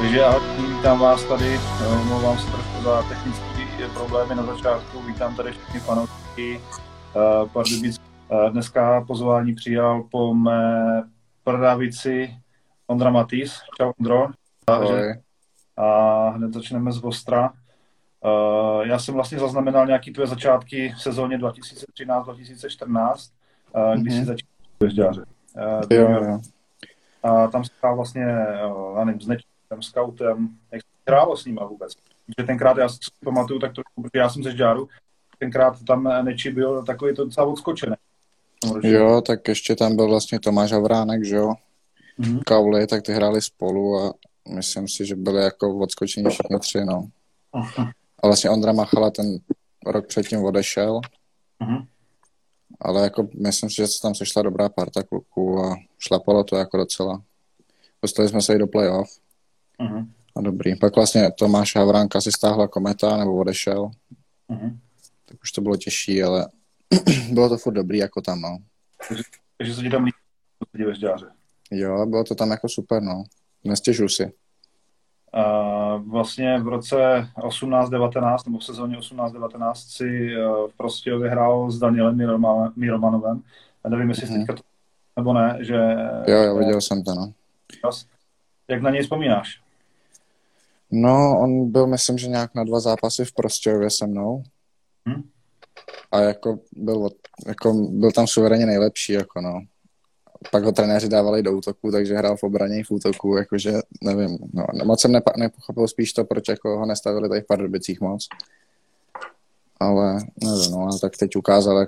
Takže ahoj, vítám vás tady, omlouvám se trošku za technické problémy na začátku, vítám tady všechny fanoušky Pardubic. Dneska pozvání přijal po mé pravici Ondra Matýs. Čau Ondro. Ahoj. A hned začneme z ostra. Já jsem vlastně zaznamenal nějaké tvoje začátky v sezóně 2013-2014, když jsi začal v Ježďáře. Jo. A tam se hrál vlastně, já nevím, s Nečem, scoutem, jak se hrálo s nima vůbec. Protože tenkrát, já si pamatuju, tak trošku, protože já jsem ze Žďáru, tenkrát tam Neči byl takový to docela odskočený. Jo, tak ještě tam byl vlastně Tomáš Havránek, že jo, Kauli, tak ty hráli spolu a myslím si, že byli jako odskočení všichni tři, no. A vlastně Ondra Machala ten rok předtím odešel, ale jako myslím si, že se tam sešla dobrá parta kluků a šlapalo to jako docela. Dostali jsme se i do playoff. A dobrý. Pak vlastně Tomáš Havránka si stáhla Kometa, nebo odešel. Tak už to bylo těžší, ale bylo to furt dobrý jako tam, no. Takže se ti tam líbí ve Žďáře. Jo, bylo to tam jako super, no. Nestěžuji si. Vlastně v roce 18-19, nebo v sezóně 18-19 si v Prostějově hrál s Danielem Miromanovem. Nevím, jestli teďka to nebo ne, že... Jo, viděl jsem to, no. Jak na něj vzpomínáš? No, on byl, myslím, že nějak na 2 zápasy v Prostějově se mnou. A jako byl tam suverénně nejlepší, jako no. Pak ho trenéři dávali do útoku, takže hrál v obraně i v útoku, jakože, nevím, no, moc jsem nepochopil spíš to, proč jako ho nestavili tady v Pardubicích moc. Ale, nevím, no, tak teď ukázal,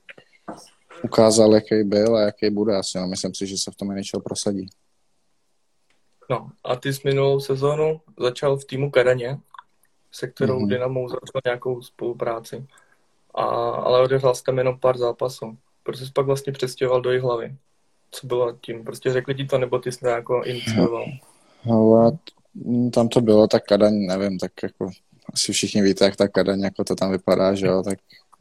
jaký byl a jaký bude asi, no, myslím si, že se v tom NHL prosadí. No, a ty s minulou sezónu začal v týmu Kadaně, se kterou Dynamo začal nějakou spolupráci. Ale odehrál jsi tam jenom pár zápasů. Proč jsi pak vlastně přestěhoval do Jihlavy? Co bylo tím? Prostě řekli ti to, nebo ty jsi to jako inicioval? Ale tam to bylo, tak Kadaň, nevím, tak jako asi všichni víte, jak ta Kadaň, jako to tam vypadá, že jo, tak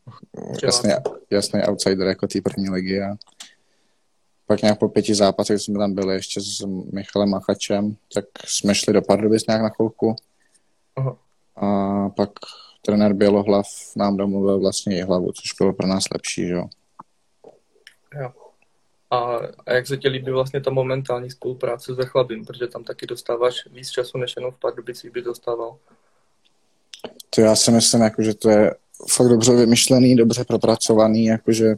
jasný outsider jako té první ligy a pak nějak po 5 zápasech jsme tam byli ještě s Michalem Machačem, tak jsme šli do Pardubic nějak na chvilku. A pak trenér Bělohlav nám domluvil vlastně Jihlavu, což bylo pro nás lepší, že jo. Jo. A jak se ti líbí vlastně ta momentální spolupráce s Chlabím, protože tam taky dostáváš víc času, než jenom v Pardubicích by dostával? To já si myslím, jako, že to je fakt dobře vymyšlený, dobře propracovaný, jakože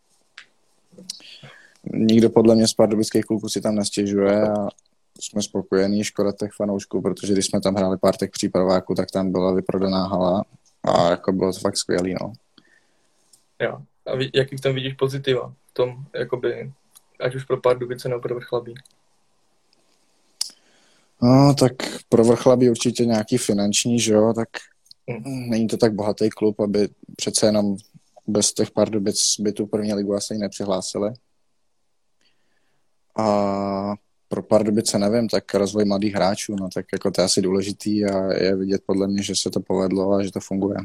nikdo podle mě z pardubických kluků si tam nestěžuje a jsme spokojení, škoda těch fanoušků, protože když jsme tam hráli pár těch přípraváků, tak tam byla vyprodaná hala a jako bylo to fakt skvělý, no. Jo. A jaký v tom vidíš pozitiva? V tom, jakoby, ať už pro Pardubice nebo pro Vrchlabí? No, tak pro Vrchlabí určitě nějaký finanční, že jo, tak není to tak bohatý klub, aby přece jenom bez těch Pardubic by tu první ligu asi nepřihlásili. A pro Pardubice nevím, tak rozvoj mladých hráčů, no tak jako to je asi důležitý a je vidět podle mě, že se to povedlo a že to funguje.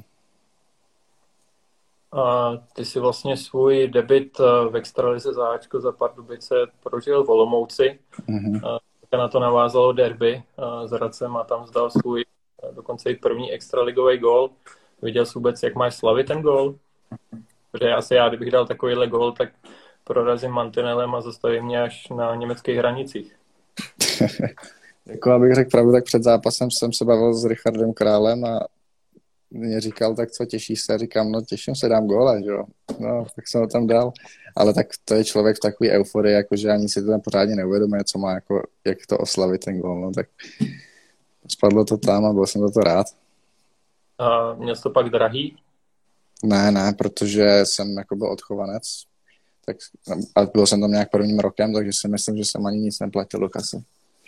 A ty si vlastně svůj debut v extralize za Pardubice prožil v Olomouci. Na to navázalo derby s Hradcem a tam zdal svůj dokonce i první extraligový gól. Viděl jsi vůbec, jak máš slavit ten gól? Protože asi já, kdybych dal takovýhle gól, tak prorazím mantinelem a zastavím mě až na německých hranicích. Jako abych řekl pravdu, tak před zápasem jsem se bavil s Richardem Králem a mě říkal, tak co, těšíš se? Říkám, no těším se, dám góla, že jo. No, tak jsem ho tam dal. Ale tak to je člověk v takové euforii, jakože ani si to tam pořádně neuvědomuje, co má, jako, jak to oslavit ten gól, no tak spadlo to tam a byl jsem za to rád. A měl jsi to pak drahý? Ne, protože jsem jako byl odchovanec. Tak, a byl jsem tam nějak prvním rokem, takže si myslím, že jsem ani nic neplatil do kasy.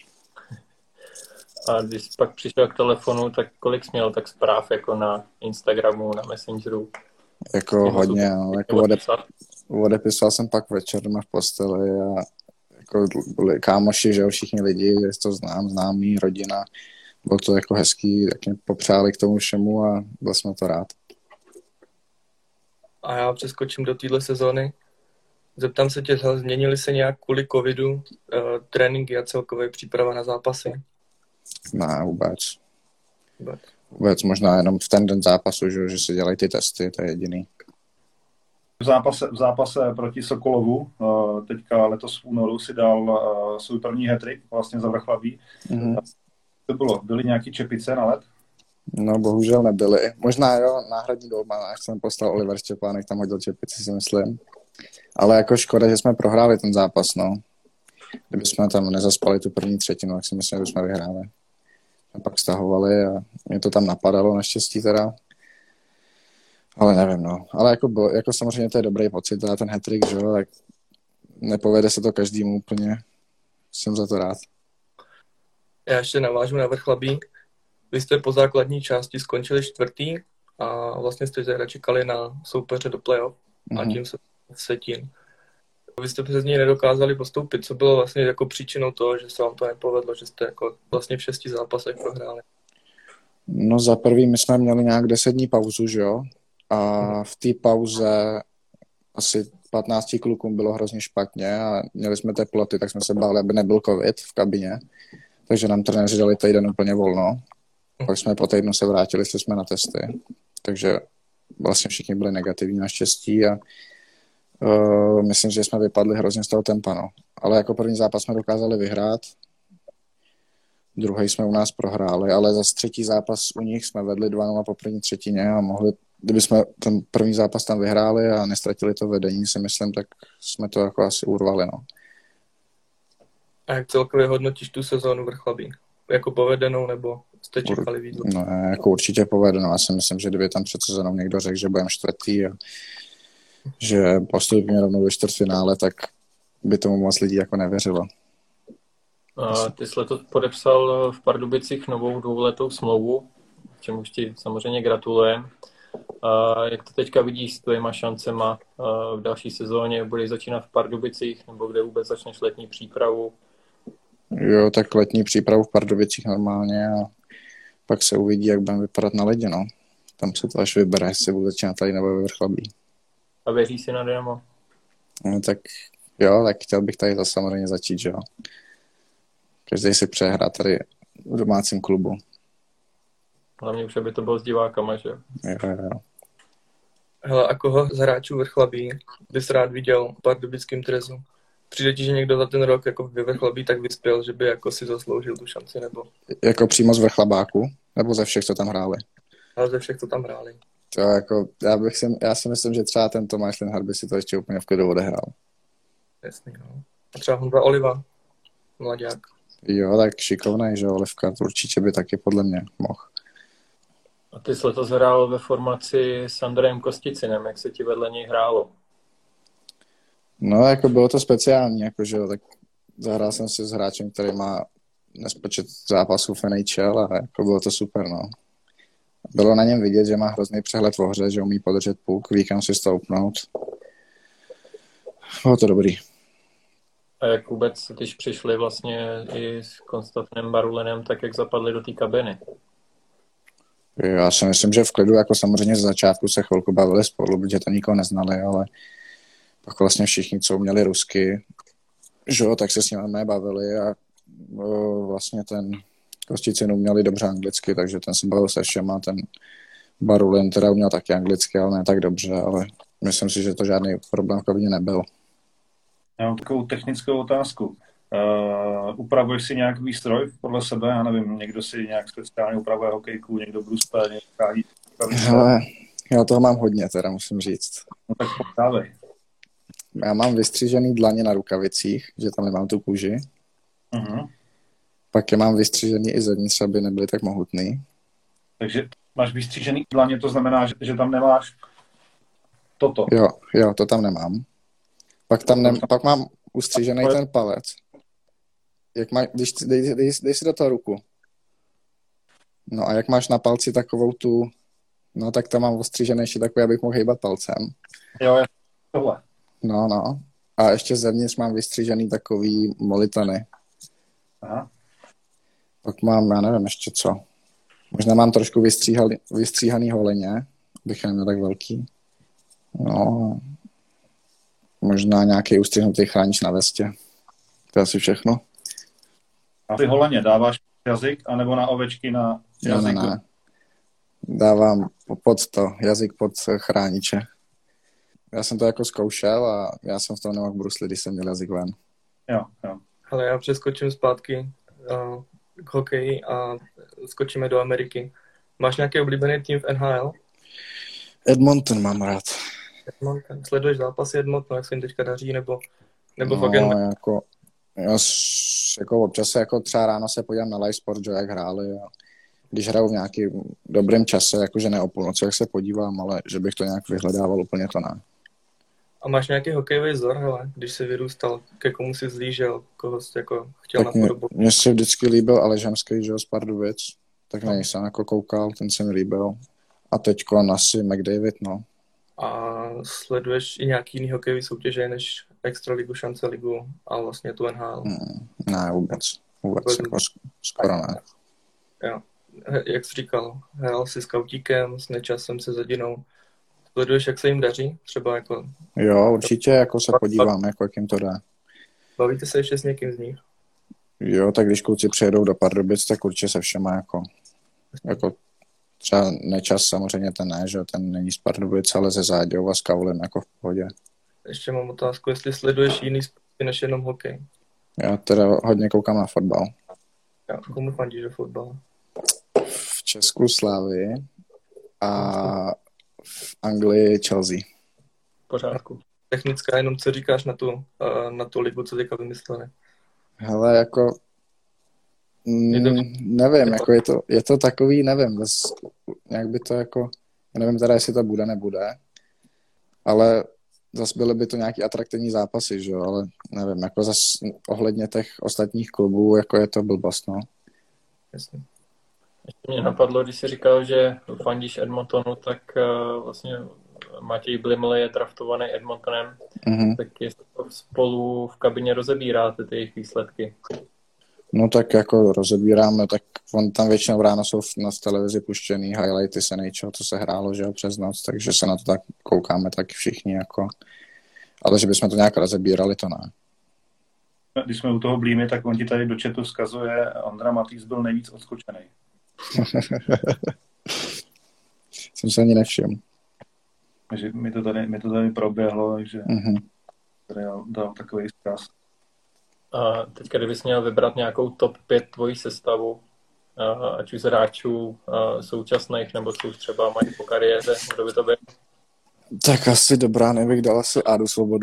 A když jsi pak přišel k telefonu, tak kolik jsi měl tak zpráv jako na Instagramu, na Messengeru? Jako hodně, no, jako odepisoval jsem pak večer doma v posteli a jako byli kámoši, že jo, všichni lidi, že to známý, rodina. Bylo to jako hezký, tak mě popřáli k tomu všemu a byl jsem to rád. A já přeskočím do téhle sezóny. Zeptám se tě, změnily se nějak kvůli covidu tréninky a celkové příprava na zápasy? Ne, vůbec možná jenom v ten den zápasu, že se dělají ty testy, to je jediný. V zápase proti Sokolovu, teďka letos v únoru si dal svůj první hat-trick vlastně za Vrchlabí. To byly nějaký čepice na led? No, bohužel nebyly. Možná jo, náhradní dolma, až jsem poslal Oliver Štěpánek, tam hodil čepici, si myslím. Ale jako škoda, že jsme prohráli ten zápas, no. Kdyby jsme tam nezaspali tu první třetinu, tak si myslím, že jsme vyhráli. A pak stahovali a mě to tam napadalo naštěstí teda. Ale nevím, no. Ale jako samozřejmě to je dobrý pocit, ten hat-trick, že jo, tak nepovede se to každému úplně. Jsem za to rád. Já ještě navážu na Vrchlabí. Vy jste po základní části skončili 4. a vlastně jste teda čekali na soupeře do playoff a tím se setin. Vy jste přes něj nedokázali postoupit. Co bylo vlastně jako příčinou toho, že se vám to nepovedlo, že jste jako vlastně v 6 zápasech prohráli? No za prvý my jsme měli nějak 10 dní pauzu, že jo? A v té pauze asi 15 klukům bylo hrozně špatně a měli jsme teploty, tak jsme se báli, aby nebyl covid v kabině. Takže nám trenéři dali týden úplně volno. Pak jsme po týdnu se vrátili, šli jsme na testy. Takže vlastně všichni byli negativní naštěstí a myslím, že jsme vypadli hrozně z toho tempa, no. Ale jako první zápas jsme dokázali vyhrát. Druhý jsme u nás prohráli, ale za třetí zápas u nich jsme vedli 2-0 po první třetině a kdyby jsme ten první zápas tam vyhráli a nestratili to vedení, si myslím, tak jsme to jako asi urvali, no. A jak celkově hodnotíš tu sezónu Vrchlabí? Jako povedenou, nebo jste čekali víc? No, jako určitě povedenou. Já si myslím, že kdyby tam před sezónou někdo řekl, že budeme 4. a že postupíme rovnou do čtvrtfinále, tak by tomu moc lidí jako nevěřilo. Ty jsi letos podepsal v Pardubicích novou 2letou smlouvu, čemuž ti samozřejmě gratulujem. Jak to teďka vidíš s tvojima šancema v další sezóně? Budeš začínat v Pardubicích, nebo kde vůbec začneš letní přípravu? Jo, tak letní přípravu v Pardubicích normálně a pak se uvidí, jak budeme vypadat na ledě, no. Tam se to až vybere, jestli budu začínat tady nebo ve Vrchlabí. A věří si na Dynamo? No tak jo, tak chtěl bych tady zase samozřejmě začít, že jo. Každý si přeje hrát tady v domácím klubu. Hlavně už, aby to bylo s divákama, že jo? Jo. Hele, a koho z hráčů Vrchlabí bys rád viděl v pardubickém dresu? Přijde ti, že někdo za ten rok jako ve Vrchlabí tak vyspěl, že by jako si zasloužil tu šanci, nebo? Jako přímo z Vrchlabáku? Nebo ze všech, co tam hráli? Ale ze všech, co tam hráli. To jako, já si myslím, že třeba ten Tomáš Linhart by si to ještě úplně v klidu odehrál. Jasný, no. A třeba Honza Oliva, mladák. Jo, tak šikovnej, že Olivka, určitě by taky podle mě mohl. A ty jsi letos hrál ve formaci s Andrejem Kosticinem, jak se ti vedle něj hrálo? No, jako bylo to speciální, jakože tak zahrál jsem si s hráčem, který má nespočet zápasů v NHL a jako bylo to super, no. Bylo na něm vidět, že má hrozný přehled v hře, že umí podržet puk, ví kam si stoupnout. Bylo to dobrý. A jak vůbec, když přišli vlastně i s Konstantinem Barulenem, tak jak zapadli do té kabiny? Já si myslím, že v klidu, jako samozřejmě z začátku se chvilku bavili spolu, protože to nikoho neznali, ale pak vlastně všichni, co uměli rusky, že jo, tak se s nimi bavili a vlastně ten Kosticin uměli dobře anglicky, takže ten se bavil se všema, ten Barulen teda uměl taky anglicky, ale ne tak dobře, ale myslím si, že to žádný problém v kabině nebyl. Já mám takovou technickou otázku. Upravuješ si nějak výstroj podle sebe? Já nevím, někdo si nějak speciálně upravuje hokejku, někdo bruspe, někdo káží. Hele, já toho mám hodně, teda musím říct. No tak podávej. Já mám vystřížený dlaně na rukavicích, že tam nemám tu kůži. Uh-huh. Pak je mám vystřížený i zevnitř, aby nebyly tak mohutný. Takže máš vystřížený dlaně, to znamená, že tam nemáš toto. Jo, to tam nemám. Pak mám ustřížený ten palec. Dej si do toho ruku. No a jak máš na palci takovou tu, no tak tam mám ostřížený ještě takový, abych mohl hejbat palcem. Jo, je tohle. No. A ještě zevnitř mám vystřížený takový molitany. Aha. Pak mám, já nevím ještě co. Možná mám trošku vystříhaný holeně, bych neměl tak velký. No, možná nějaký ustřihnutý chránič na vestě. To je asi všechno. A ty holeně dáváš jazyk, anebo na ovečky na jazyk? Ne. Dávám pod to, jazyk pod chrániče. Já jsem to jako zkoušel a já jsem v tom nemohl bruslit, když jsem měl jazyk ven. Jo. Ale já přeskočím zpátky k hokeji a skočíme do Ameriky. Máš nějaký oblíbený tým v NHL? Edmonton mám rád. Edmonton. Sleduješ zápasy Edmontonu, jak se jim teďka daří, nebo fakt jako občas se jako třeba ráno se podívám na live sport, že jak hráli a když hrajou v nějakým dobrém čase, jakože ne o půlnoci, jak se podívám, ale že bych to nějak vyhledával, úplně to ne. A máš nějaký hokejový vzor, hele, když jsi vyrůstal, ke komu jsi zlížel, koho jsi jako chtěl napodobovat? Mně se vždycky líbil Aleš, že z Pardubic, tak na něj jsem jako koukal, ten se mi líbil. A teďko asi McDavid, no. A sleduješ i nějaký jiný hokejový soutěže než Extraligu, Šance ligu a vlastně tu NHL? Ne, vůbec jako skoro ne. Jo. Jak jsi říkal, hrál jsi s Kautíkem, s Nečasem, se Zedinou. Sleduješ, jak se jim daří? Třeba jako... Jo, určitě jako se podívám, jako jak jim to dá. Bavíte se ještě s někým z nich? Jo, tak když kluci přijedou do Pardubic, tak určitě se všema jako třeba Nečas samozřejmě ten ne, že ten není z Pardubic, ale ze Záďou a s Kaulem jako v pohodě. Ještě mám otázku, jestli sleduješ jiný sporty než jenom hokej? Já teda hodně koukám na fotbal. Já, komu fandíš do fotbalu? V Česku Slavii a v Anglii Chelsea. V pořádku. Technická, jenom co říkáš na tu ligu, co teďka vymysleli? Hele, jako nevím, jako je to takový, nevím, nějak by to jako, já nevím teda, jestli to bude, nebude, ale zase byly by to nějaký atraktivní zápasy, že jo, ale nevím, jako zase ohledně těch ostatních klubů, jako je to blbost, no. Jasně. Ještě mě napadlo, když jsi říkal, že fandíš Edmontonu, tak vlastně Matěj Bliml je draftovaný Edmontonem, tak jestli spolu v kabině rozebíráte ty jejich výsledky? No tak jako rozebíráme, tak on tam většinou ráno jsou na televizi puštěný highlighty z NHL, co se hrálo, že jo, přes noc, takže se na to tak koukáme taky všichni, jako. Ale že bychom to nějak rozebírali, to ne. Když jsme u toho Blímy, tak on ti tady do chatu vzkazuje, Ondra Matýs byl nejvíc odskočený. Jsem se ani nevšiml. Takže mi to tady proběhlo, takže tady dal takový vzkaz. A teďka, kdybys měl vybrat nějakou top 5 tvojí sestavu, ať už z hráčů současných, nebo co už třeba mají po kariéře, kdo by to byl? Tak asi dobrá, nebych dal asi Ádu Svobodu.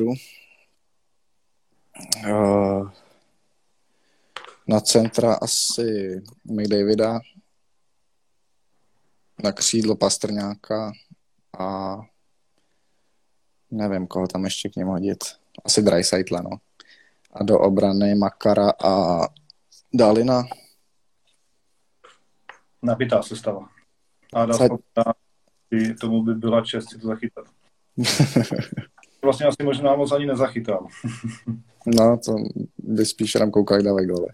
Na centra asi McDavida. Na křídlo Pastrňáka a nevím, koho tam ještě k němu hodit. Asi Dreisaitla, no. A do obrany Makara a Dalina. Nabitá sestava. A tomu by byla čest si to zachytat. Vlastně asi možná moc ani nezachytal. No, to by spíš jenom koukal, jak dávají góly.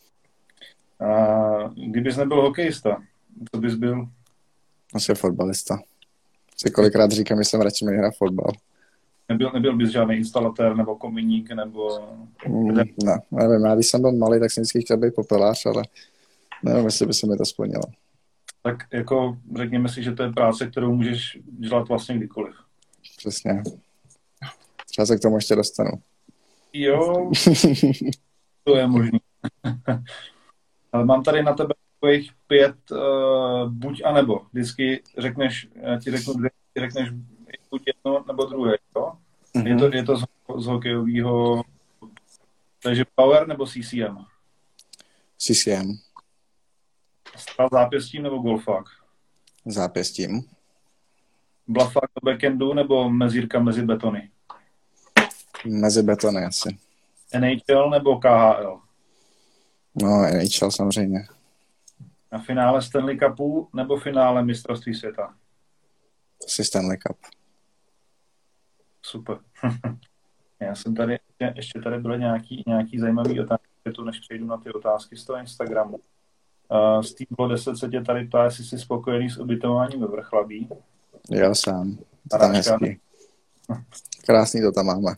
A kdybys nebyl hokejista, co bys byl? Asi fotbalista. Si kolikrát říkám, že jsem radši měl hrát fotbal. Nebyl bys žádný instalatér nebo kominík, nebo... Ne, nevím, já když jsem byl malý, tak jsem vždycky chtěl být popelář, ale nevím, jestli by se mi to splnilo. Tak jako řekněme si, že to je práce, kterou můžeš dělat vlastně kdykoliv. Přesně. Třeba se k tomu ještě dostanu. Jo, to je možný. Ale mám tady na tebe takových 5 buď a nebo. Vždycky ti řeknu dvě, ti řekneš buď jedno nebo druhé, jo? Je to z hokejového, takže power nebo CCM? CCM. Stál zápěstím nebo golfák? Zápěstím. Blafák do backendu nebo mezírka mezi betony? Mezi betony asi. NHL nebo KHL? No, NHL samozřejmě. Na finále Stanley Cupu nebo finále mistrovství světa? Asi Stanley Cup. Super. Já jsem tady, ještě tady byly nějaký zajímavý otázky, než přejdu na ty otázky z toho Instagramu. Steve 10 se tě tady ptá, jestli jsi spokojený s ubytováním ve Vrchlabí. Jo, sám. To tam hezký. Krásný to tam máme.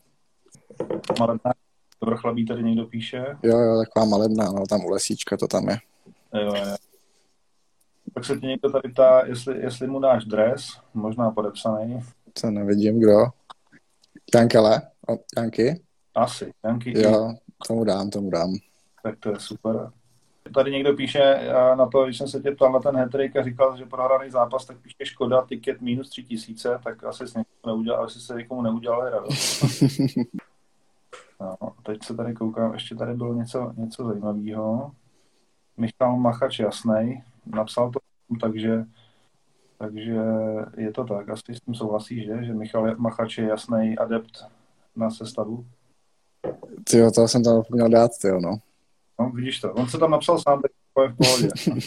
Malebná do Vrchlabí tady někdo píše? Jo, taková malebná, no, tam u Lesíčka to tam je. Jo. Tak se ti někdo tady ptá, jestli mu dáš dres, možná podepsaný. To nevidím, kdo. Jankele? Janky? Asi, Janky. Jo, tomu dám. Tak to je super. Tady někdo píše, na to, když jsem se tě ptal na ten hat-trick a říkal, že prohraný zápas, tak píše Škoda, tiket minus 3000, tak asi jsi neudělal, asi se někomu neudělali radost. No, teď se tady koukám, ještě tady bylo něco zajímavého. Michal Machač jasnej, napsal to, takže je to tak. Asi s tím souhlasíš, že Michal Machač je jasnej adept na sestavu? Tyjo, to jsem tam měl dát, no. No, vidíš to. On se tam napsal sám, tak to je v pohodě.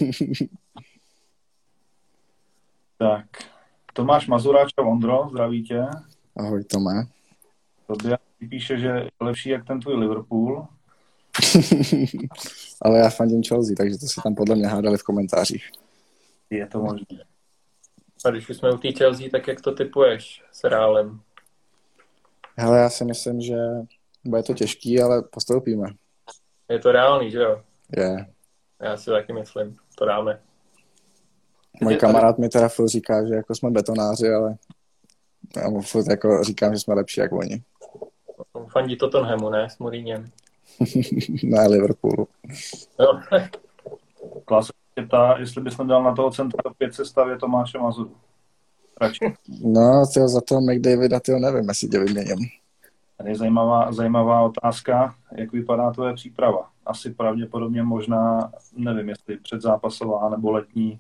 Tak. Tomáš Mazuráč a Ondro, zdraví tě. Ahoj, Tome. Tobě píše, že je lepší jak ten tvůj Liverpool. Ale já fandím Chelsea, takže to si tam podle mě hádali v komentářích. Je to možné. A když už jsme u té Chelsea, tak jak to typuješ s Reálem? Hele, já si myslím, že bude to těžký, ale postoupíme. Je to reálný, že jo? Je. Já si taky myslím, to dáme. Můj kamarád mi teda furt říká, že jako jsme betonáři, ale já mu furt jako říkám, že jsme lepší jak oni. Fandí Tottenhamu, ne? S Mourinhem. Ne, Liverpoolu. Jo. Klas se ptá, jestli bys dal na toho centra 5 sestavě Tomáše Mazuru. Radši. No, tyjo, za to McDavida, tyjo, nevím, jestli tě vyměním. Tady je zajímavá otázka, jak vypadá tvoje příprava. Asi pravděpodobně možná, nevím, jestli předzápasová nebo letní.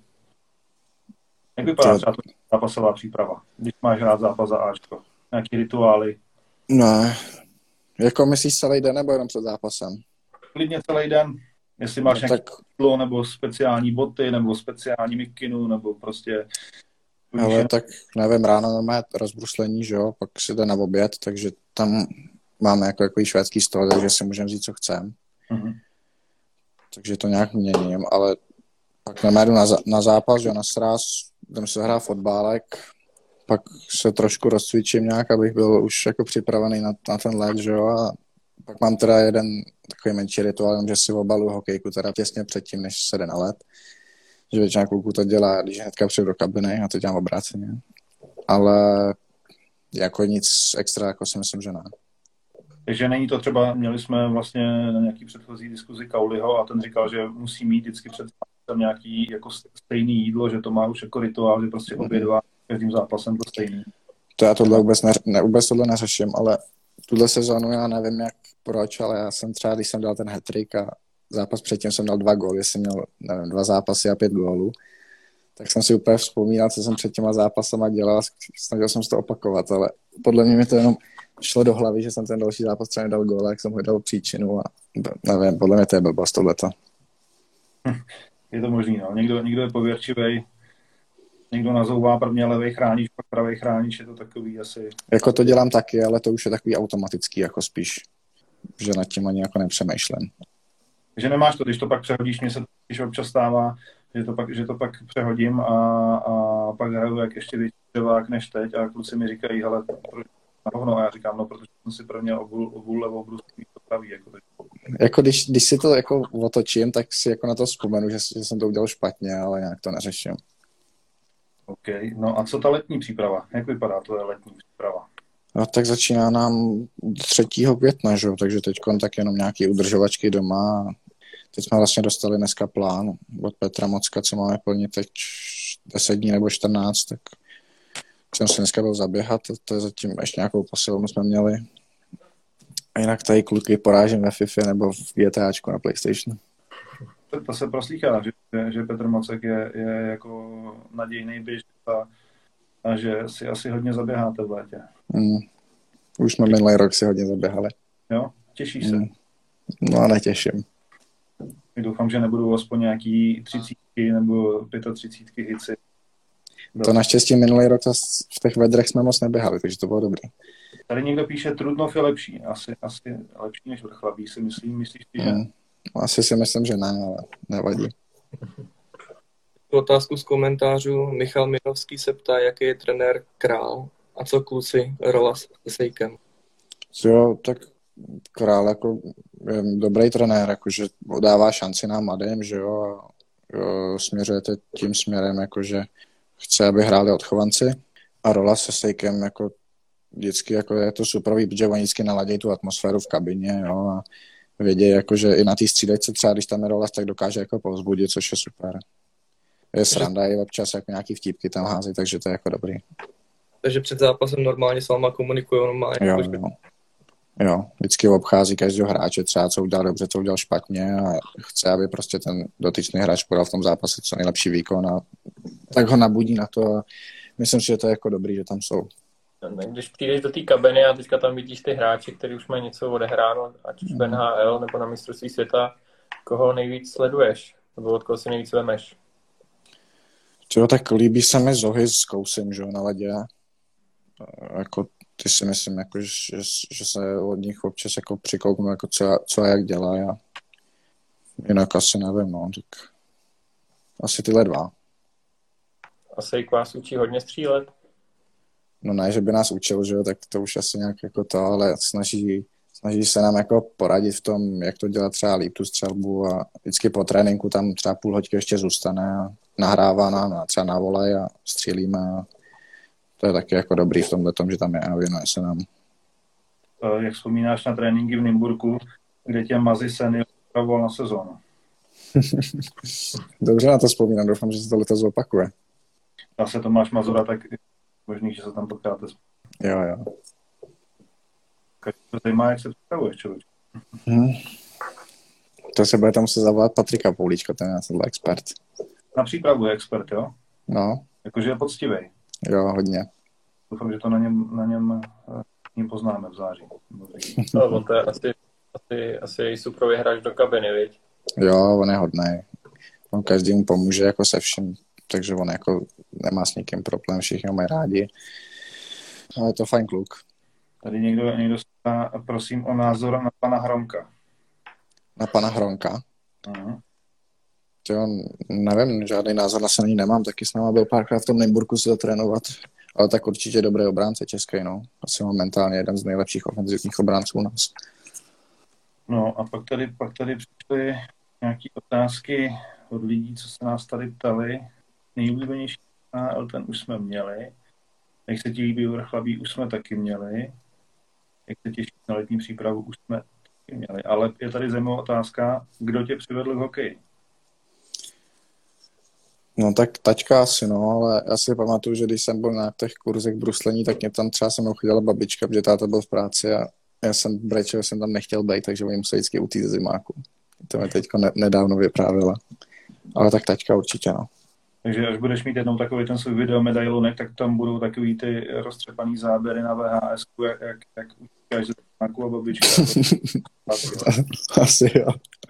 Jak vypadá třeba tvoje zápasová příprava, když máš rád zápas za Ačko? Nějaký rituály? Ne. Jako myslíš celý den nebo jenom před zápasem? Klidně celý den. Jestli máš no, nějaké jídlo, nebo speciální boty, nebo speciální mikinu, nebo prostě... Ale tak nevím, ráno normálně rozbruslení, že jo, pak si jde na oběd, takže tam máme jako švédský stůl, takže si můžeme vzít, co chceme. Mm-hmm. Takže to nějak měním, ale pak jdu na zápas, že na sraz, jdem se hrát fotbálek, pak se trošku rozcvičím nějak, abych byl už jako připravený na ten let, že jo, a pak mám teda jeden takový menší rituál, že si obaluju hokejku teda těsně předtím, než se jde na let. Že většina kluků to dělá, když hnedka přijdu do kabiny, a to dělám obráceně. Ale jako nic extra, jako si myslím, že ne. Takže není to třeba, měli jsme vlastně na nějaký předchozí diskuzi Kauliho a ten říkal, že musí mít vždycky před zápasem nějaký jako stejný jídlo, že to má už jako rituál, že prostě obědvá každým zápasem to stejný. To já tohle vůbec tohle neřeším, ale tuhle sezónu já nevím jak proč, ale já jsem třeba, když jsem dal ten hat-trick a zápas předtím jsem dal 2 góly, jsem měl, nevím, 2 zápasy a 5 gólů, tak jsem si úplně vzpomínal, co jsem před těma zápasama dělal, snažil jsem se to opakovat, ale podle mě mi to jenom šlo do hlavy, že jsem ten další zápas třeba nedal góla, jak jsem hledal příčinu a nevím, podle mě to je blbost tohleto. Je to možný, no. Někdo je pověrčivej, někdo nazouvá prvně levej chránič, pak pravej chránič, je to takový asi... Jako to dělám taky, ale to už je takový automatický, jako spíš, že nad tím ani jako nepřemýšlím. Takže nemáš to, když to pak přehodíš, mě se to když občas stává, že to pak přehodím a pak hraju jak ještě větší dřevák než teď a kluci mi říkají, hele, proč rovno? A já říkám, no, protože jsem si prvně obul levou brusku to praví. Jako když si to jako otočím, tak si jako na to vzpomenu, že jsem to udělal špatně, ale nějak to neřeším. OK, no a co ta letní příprava? Jak vypadá tvoje letní příprava? No tak začíná nám 3. května, že? Takže teď tak jenom nějaké udržovačky doma. Teď jsme vlastně dostali dneska plán od Petra Mocka, co máme plnit teď 10 dní nebo 14, tak jsem se dneska byl zaběhat, to je zatím ještě nějakou posilovnu jsme měli. A jinak tady kluky porážím ve FIFA nebo v GTAčku na PlayStation. To se proslýchá, že Petr Mocek je jako nadějný běžec a že si asi hodně zaběháte v létě. Už jsme minulý rok si hodně zaběhali. Jo? Těšíš se? No, netěším. Doufám, že nebudou aspoň nějaký 30 nebo 35 hici. To naštěstí minulý rok v těch vedrech jsme moc neběhali, takže to bylo dobrý. Tady někdo píše, Trutnov je lepší. Asi lepší než Vrchlabí, si myslím. Myslíš ty, že? Asi si myslím, že ne, ale nevadí. Otázku z komentářů. Michal Minovský se ptá, jaký je trenér Král a co kluci rola s Sejkem. Jo, tak Král jako je dobrý trenér, jakože dává šanci nám mladým, že jo, a směřujete tím směrem, jakože chce, aby hráli odchovanci a rola se Stejkem jako vždycky jako je to super, protože oni vždycky naladějí tu atmosféru v kabině, jo, a vědějí, jako, že i na té střídačce třeba, když tam je rola, tak dokáže jako povzbudit, což je super. Je sranda i občas jako nějaký vtípky tam hází, takže to je jako dobrý. Takže před zápasem normálně s váma komunikují normálně. Jo, vždycky obchází každého hráče, třeba co udělal dobře, co udělal špatně a chce, aby prostě ten dotyčný hráč podal v tom zápase co nejlepší výkon a tak ho nabudí na to a myslím si, že to je jako dobrý, že tam jsou. Když přijdeš do té kabiny a teďka tam vidíš ty hráči, kteří už mají něco odehráno, ať už v NHL nebo na mistrovství světa, koho nejvíc sleduješ? Nebo od koho si nejvíc vemeš? Jo, tak líbí se mi Zohy s Kousem, že jo, na ledě. Jako ty si myslím, jako, že se od nich občas jako přikouknu, jako co a jak dělá. A jinak asi nevím, no, tak asi tyhle dva. A Sejk vás učí hodně střílet? No ne, že by nás učil, že jo, tak to už asi nějak jako to, ale snaží se nám jako poradit v tom, jak to dělat třeba líp tu střelbu a vždycky po tréninku tam třeba půl hodky ještě zůstane a nahrává nám třeba na volej a střílíme a to je taky jako dobrý v tomhle tom, že tam je a věnuje se nám. Jak vzpomínáš na tréninky v Nymburku, kde tě Mazi senior připravoval na sezónu? Dobře na to vzpomínám, doufám, že se to letos opakuje. Zase Tomáš Mazura, tak možný, že se tam potkáte. Jo. Každý to zajímá, jak se připravuješ, člověče. To se bude tam muset zavolat Patrika Poulíčka, ten je na expert. Na přípravu je expert, jo? No. Jakože je poctivej. Jo, hodně. Doufám, že to na něm poznáme v září. No, on to je asi super hráč do kabiny, viď? Jo, on je hodnej. On každému pomůže jako se vším, takže on jako nemá s nikým problém, všichni ho mají rádi. Ale je to fajn kluk. Tady někdo se prosím o názor na pana Hronka. Na pana Hronka? Uh-huh. Jo, nevím, žádný názor na se na ní nemám, taky s náma byl párkrát v tom Nymburku se zatrénovat. Ale tak určitě dobrý obránce český, no. Asi momentálně jeden z nejlepších ofenzivních obránců u nás. No a pak tady přišly nějaké otázky od lidí, co se nás tady ptali. Nejoblíbenější AL, ten už jsme měli. Jak se ti líbí Vrchlabí, už jsme taky měli. Jak se těší na letní přípravu, už jsme taky měli. Ale je tady zajímavá otázka, kdo tě přivedl k hokeji? No tak tačka asi, no, ale já si pamatuju, že když jsem byl na těch kurzech bruslení, tak mě tam třeba se mnou chodila babička, protože táta byl v práci a já jsem brečel, že jsem tam nechtěl být, takže oni museli vždycky utíct ze zimáku. To mi teďko nedávno vyprávěla. Ale tak tačka určitě, no. Takže až budeš mít jednou takový ten svůj videomedailonek, tak tam budou takový ty roztřepaný záběry na VHS, jak utíkáš ze zimáku a babička. Asi jo.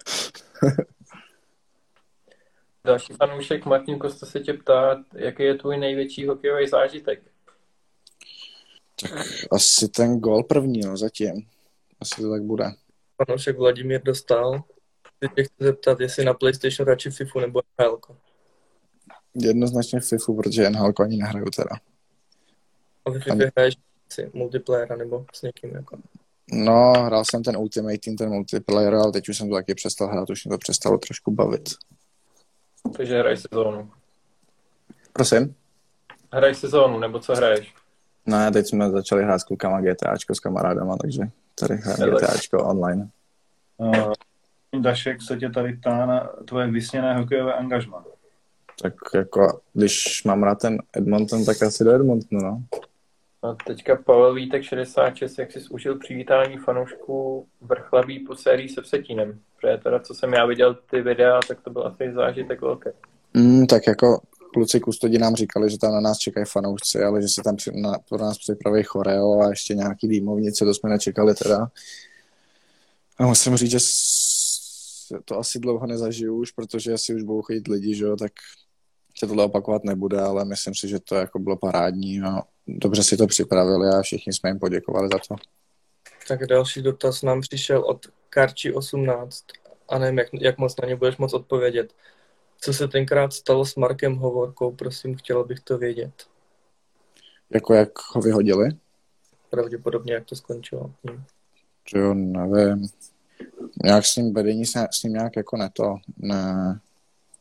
Další fanoušek Martin Kosta se tě ptá, jaký je tvůj největší hokejový zážitek? Tak asi ten gól první, no, zatím. Asi to tak bude. Fanoušek Vladimír Dostal. Teď tě chci zeptat, jestli na PlayStation radši FIFU nebo NHL. Jednoznačně FIFU, protože NHL ani nehraju teda. A vy FIFA hraješ multiplayera nebo s někým jako? No, hrál jsem ten Ultimate Team, ten multiplayer, ale teď už jsem to taky přestal hrát, už mě to přestalo trošku bavit. Takže hraješ sezónu. Prosím? Hraješ sezónu, nebo co hraješ? Ne, teď jsme začali hrát s klukama GTAčko s kamarádama, takže tady hrajeme GTAčko online. Dašek se tě tady ptá na tvoje vysněné hokejové angažmá. Tak jako, když mám rád ten Edmonton, tak asi do Edmontonu, no. A teďka Pavel Vítek 66, jak jsi užil přivítání fanoušků Vrchlabí po sérii se Vsetínem. Protože teda, co jsem já viděl ty videa, tak to byl asi zážitek velký. Tak jako kluci kustodi nám říkali, že tam na nás čekají fanoušci, ale že se tam pro nás připraví choreo a ještě nějaký dýmovnice, to jsme nečekali teda. A musím říct, že to asi dlouho nezažiju už, protože asi už budou chodit lidi, že jo, tak se tohle opakovat nebude, ale myslím si, že to jako bylo parádní a dobře si to připravili a všichni jsme jim poděkovali za to. Tak další dotaz nám přišel od Karči 18 a nevím, jak moc na ně budeš moc odpovědět. Co se tenkrát stalo s Markem Hovorkou, prosím, chtěl bych to vědět. Jako jak ho vyhodili? Pravděpodobně, jak to skončilo. Jo, nevím. Nějak s ním vedení, s ním nějak jako ne.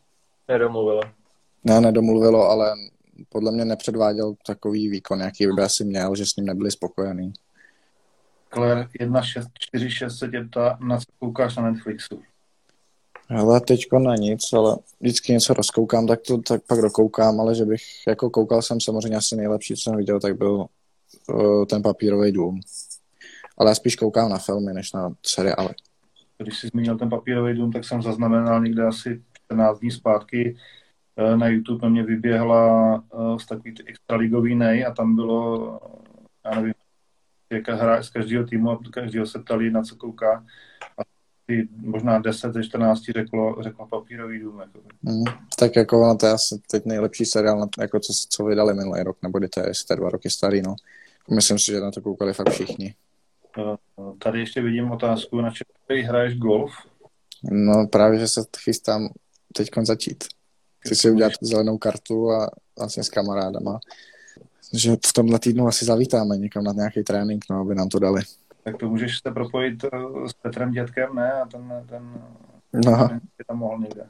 Nedomluvilo. Ne, nedomluvilo, ale podle mě nepředváděl takový výkon, jaký by asi měl, že s ním nebyli spokojený. Claire 1646 se tě ptá, na co koukáš na Netflixu. Hele, teďko na nic, ale vždycky něco rozkoukám, tak pak dokoukám, ale že bych, jako koukal jsem samozřejmě asi nejlepší, co jsem viděl, tak byl ten Papírový dům. Ale já spíš koukám na filmy, než na seriály. Když jsi zmínil ten Papírový dům, tak jsem zaznamenal někde asi 14 dní zpátky na YouTube na mě vyběhla z takový ty extraligový nej a tam bylo, já nevím, jaká hra z každého týmu a každého se ptali, na co kouká. A možná 10 ze 14 řeklo Papírový dům. Jako. Tak jako to je asi teď nejlepší seriál, jako co vydali minulý rok, nebo kdy to je 2 roky starý, no. Myslím si, že na to koukali fakt všichni. Tady ještě vidím otázku, na čem hraješ golf? No právě, že se chystám teďkon začít. Chci si udělat zelenou kartu a vlastně s kamarádama. Že v tomhle týdnu asi zavítáme někam na nějaký trénink, no, aby nám to dali. Tak to můžeš se propojit s Petrem Dětkem, ne? A ten je tam mohl někde.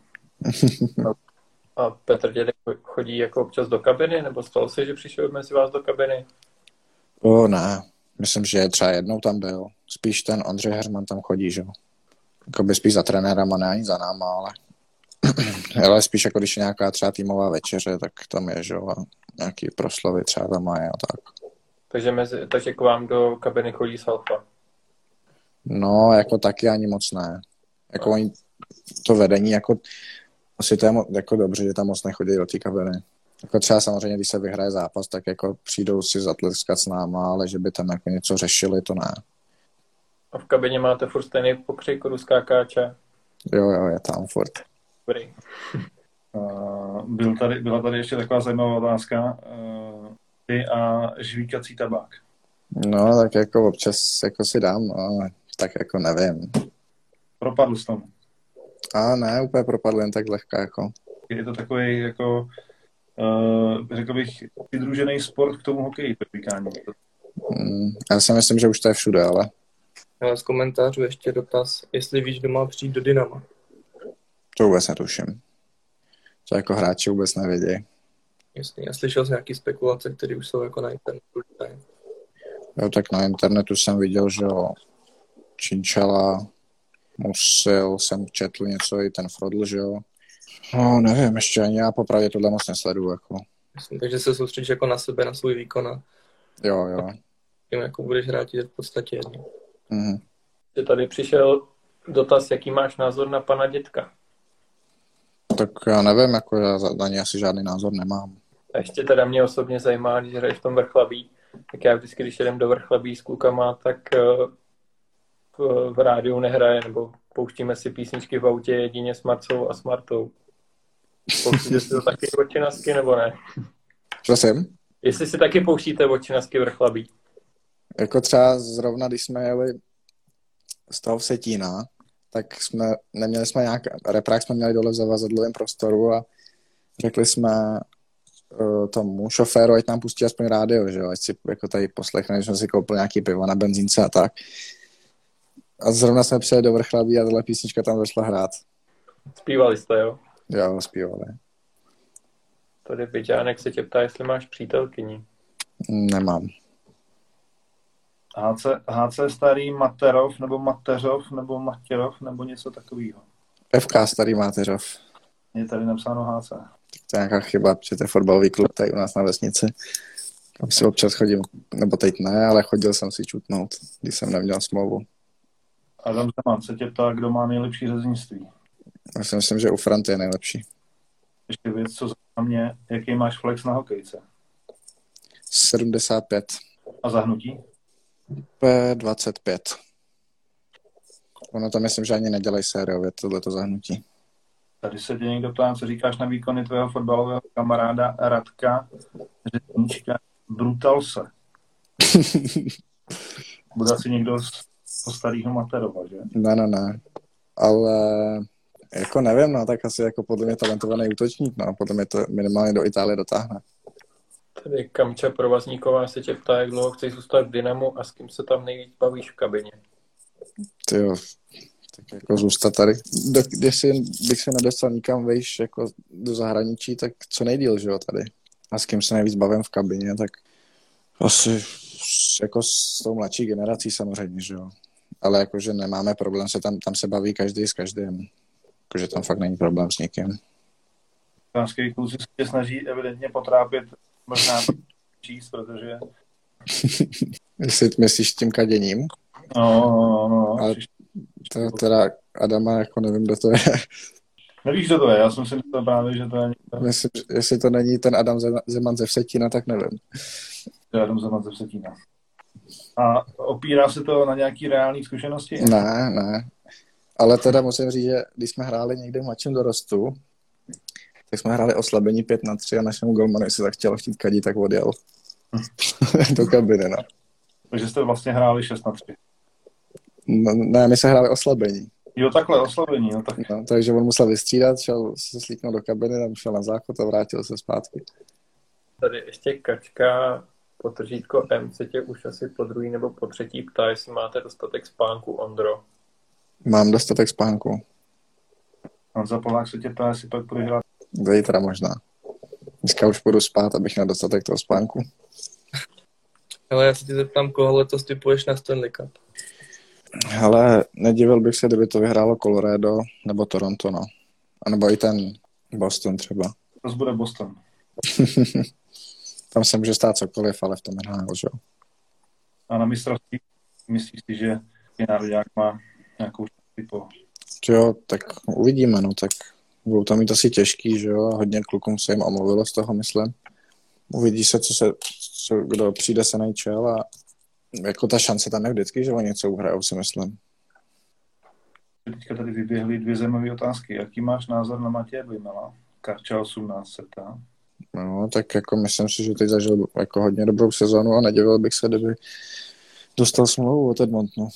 A Petr Dědek chodí jako občas do kabiny? Nebo stalo se, že přišel mezi vás do kabiny? Ne. Myslím, že třeba jednou tam byl. Spíš ten Ondřej Herman tam chodí, že jo. Jakoby spíš za trenérama, ne ani za náma, ale spíš jako když je nějaká třeba týmová večeře, tak tam je, že jo. A nějaký proslovy třeba tam má a tak. Takže k vám do kabiny chodí Salfa? No, jako taky ani moc ne. Jako oni, to vedení, jako asi to je jako dobře, že tam moc nechodí do té kabiny. Jako třeba samozřejmě, když se vyhraje zápas, tak jako přijdou si zatleskat s náma, ale že by tam jako něco řešili, to ne. A v kabině máte furt stejný pokřik, ruská káča? Jo, je tam furt. Dobrý. Byla tady ještě taková zajímavá otázka. Ty a žvíkací tabák. No, tak jako občas jako si dám, no, ale tak jako nevím. Propadl jsi tomu? Ne, úplně propadl jen tak lehká, jako. Je to takový, jako, řekl bych, přidružený sport k tomu hokeji, pekání. Já si myslím, že už to je všude, ale... Z komentářů ještě dotaz, jestli víš, kdo má přijít do Dynama. To vůbec netuším. To jako hráči vůbec nevědí. Jasně, já slyšel jsem nějaký spekulace, které už jsou jako na internetu. Jo, tak na internetu jsem viděl, že jo, Činčala, Musil, jsem četl něco, i ten Frodl, že jo. No, nevím, ještě ani já popravdě tohle moc nesleduju, jako. Jasně, takže se soustředíš jako na sebe, na svůj výkon a... Jo. Tím jako budeš hrát je v podstatě jedno. Tady přišel dotaz, jaký máš názor na pana Dětka? Tak já nevím, jako já na ně asi žádný názor nemám. A ještě teda mě osobně zajímá, když hraješ v tom Vrchlabí, tak já vždycky, když jedem do Vrchlabí s klukama, tak v rádiu nehraje, nebo pouštíme si písničky v autě jedině s Marcou a s Martou. Pouštíte si to taky Vočinasky, nebo ne? Prosím? Jestli si taky pouštíte Vočinasky Vrchlabí. Jako třeba zrovna, když jsme jeli z toho Vsetína, tak neměli jsme nějak, reprák jsme měli dole v zavazadlovém prostoru a řekli jsme tomu šoféru, ať nám pustí aspoň rádio, že jo, ať si jako tady poslechne, že jsme si koupili nějaký pivo na benzínce a tak. A zrovna jsme přijeli do Vrchlabí a tahle písnička tam začala hrát. Zpívali jste, jo? Jo, zpívali. Tady Byťánek se tě ptá, jestli máš přítelkyni. Nemám. HC starý Materov, nebo Mateřov, nebo Matěrov, nebo něco takového. FK starý Mateřov. Je tady napsáno HC. To je nějaká chyba, protože to je fotbalový klub tady u nás na vesnici. Tam si občas chodím, nebo teď ne, ale chodil jsem si čutnout, když jsem neměl smlouvu. Adam Zeman se tě ptá, kdo má nejlepší řeznictví. Já si myslím, že u Franty je nejlepší. Ještě věc, co za mě, jaký máš flex na hokejce? 75. A zahnutí? P25. Ono to myslím, že ani nedělají sériově tohleto zahnutí. Tady se tě někdo ptá, co říkáš na výkony tvého fotbalového kamaráda Radka Řezníčka Brutalse. Bude asi někdo z starého Materova, že? Ne. Ale jako nevím, no, tak asi jako podle mě talentovaný útočník, no, podle mě to minimálně do Itálie dotáhne. Tady Kamča Provazníková se tě ptá, jak dlouho chceš zůstat v Dynamu a s kým se tam nejvíc bavíš v kabině. Tyjo, Tak jako zůstat tady. Když bych se nedostal nikam vejš jako do zahraničí, tak co nejdýl, že jo, tady. A s kým se nejvíc bavím v kabině, tak asi jako s tou mladší generací samozřejmě, že jo. Ale jakože nemáme problém, tam se baví každý s každým. Jakože tam fakt není problém s nikým. Kanský kluci se snaží evidentně potrápit možná číst, protože... Jestli myslíš tím kaděním? No. Ale to teda Adama, jako nevím, kdo to je. Nevíš, kdo to je? Já jsem si myslel právě, že to je... Myslím, jestli to není ten Adam Zeman ze Vsetína, tak nevím. To je Adam Zeman ze Vsetína. A opírá se to na nějaký reální zkušenosti? Ne. Ale teda musím říct, že když jsme hráli někde v mladším dorostu, tak jsme hráli oslabení 5-3 a našemu golmanu, jestli tak chtěl chtít kadit, tak odjel do kabiny, no. Takže jste vlastně hráli 6-3. No, ne, my jsme hráli oslabení. Jo, takhle, oslabení. No, tak... No, takže on musel vystřídat, šel se slíknout do kabiny, tam šel na záchod a vrátil se zpátky. Tady ještě Kačka, potržítko M, se tě už asi po druhý nebo po třetí ptá, jestli máte dostatek spánku, Ondro. Mám dostatek spánku. Honza Polák se tě ptá, jestli pak půjde hrát. Zítra možná. Dneska už půjdu spát, abych měl dostatek toho spánku. Ale já se ti zeptám, koho letos typuješ na Stanley Cup? Hele, nedivil bych se, kdyby to vyhrálo Colorado nebo Toronto, no. A nebo i ten Boston třeba. To bude Boston. Tam se může stát cokoliv, ale v tom NHL, že jo. A na mistrovství myslíš si, že Národňák má nějakou šanci po... Jo, tak uvidíme, no, tak budou tam mít asi těžký, že jo, a hodně klukům se jim omluvilo z toho, myslím. Uvidí se, kdo přijde se NHL a jako ta šance tam je vždycky, že oni něco uhrajou, si myslím. Teďka tady vyběhly 2 zajímavé otázky. Jaký máš názor na Matěje Vejmela? Karča 18 se ptá. No, tak jako myslím si, že teď zažil jako hodně dobrou sezonu a nedivil bych se, kdyby dostal smlouvu od Edmontonu.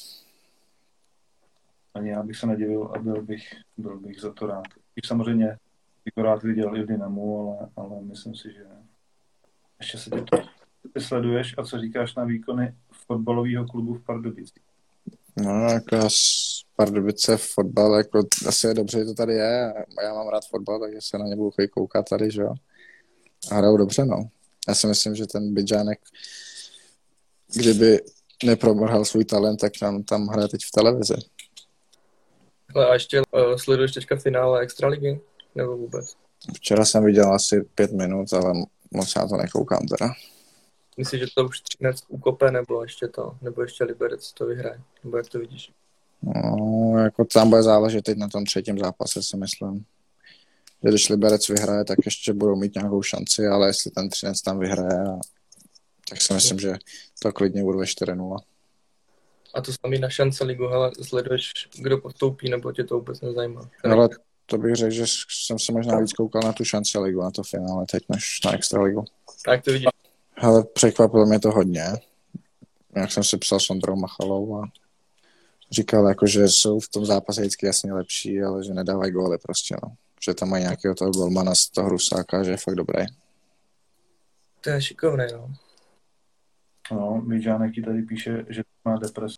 Ani já bych se nedivil a byl bych za to rád. Když samozřejmě bych to rád viděl i v Dynamu, ale myslím si, že ještě se ty sleduješ a co říkáš na výkony fotbalového klubu v Pardubicích? No, jako Pardubice fotbal, jako asi je dobře, že to tady je. Já mám rád fotbal, takže se na ně budu koukat tady, že jo. A hrajou dobře, no. Já si myslím, že ten Bydžánek, kdyby nepromrhal svůj talent, tak tam hraje teď v televizi. A ještě sleduješ teďka finále Extraligy? Nebo vůbec? Včera jsem viděl asi 5 minut, ale moc já to nekoukám teda. Myslíš, že to už Třinec ukope, nebo ještě Liberec to vyhraje? Nebo jak to vidíš? No, jako tam bude záležet teď na tom třetím zápase, si myslím. Že když Liberec vyhraje, tak ještě budou mít nějakou šanci, ale jestli ten Třinec tam vyhraje, tak si myslím, že to klidně bude 4-0. A to samý na šance ligu, hele, sleduješ, kdo postoupí, nebo tě to vůbec nezajímá? Ale to bych řekl, že jsem se možná víc koukal na tu šance ligu, na to finále teď, než na extraligu. Tak to vidíš. Hele, překvapilo mě to hodně. Jak jsem si psal s Ondrou Machalou a říkal, jako, že jsou v tom zápase vždycky jasně lepší, ale že nedávají góly prostě, no. Že tam mají nějakého toho golmana z toho Rusáka, že je fakt dobrý. To je šikovný, no. No, Bydžánek ti tady píše, že má depresi.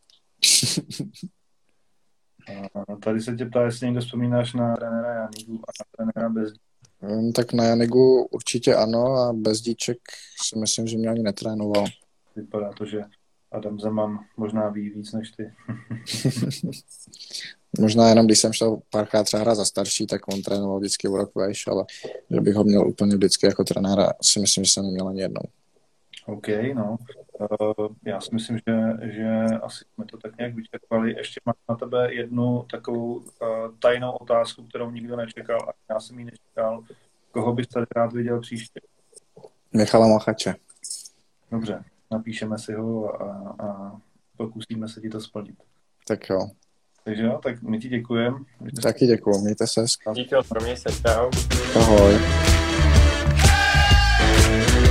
Tady se tě ptá, jestli někdo vzpomínáš na trenéra Janigu a na trenéra Bezdíček. Tak na Janigu určitě ano a Bezdíček si myslím, že mě ani netrénoval. Vypadá to, že Adam Zeman možná ví víc než ty. Možná jenom, když jsem šel párkrát třeba hrát za starší, tak on trénoval vždycky o rok vejš, ale že bych ho měl úplně vždycky jako trenéra, si myslím, že jsem neměl ani jednou. OK, no. Já si myslím, že asi jsme to tak nějak vyčerpali. Ještě mám na tebe jednu takovou tajnou otázku, kterou nikdo nečekal a já jsem ji nečekal. Koho bys tady rád viděl příště? Michala Machače. Dobře, napíšeme si ho a pokusíme se ti to splnit. Tak jo. Takže jo, tak my ti děkujeme. Taky děkuju, mějte se. Díky, pro mě se čau. Ahoj.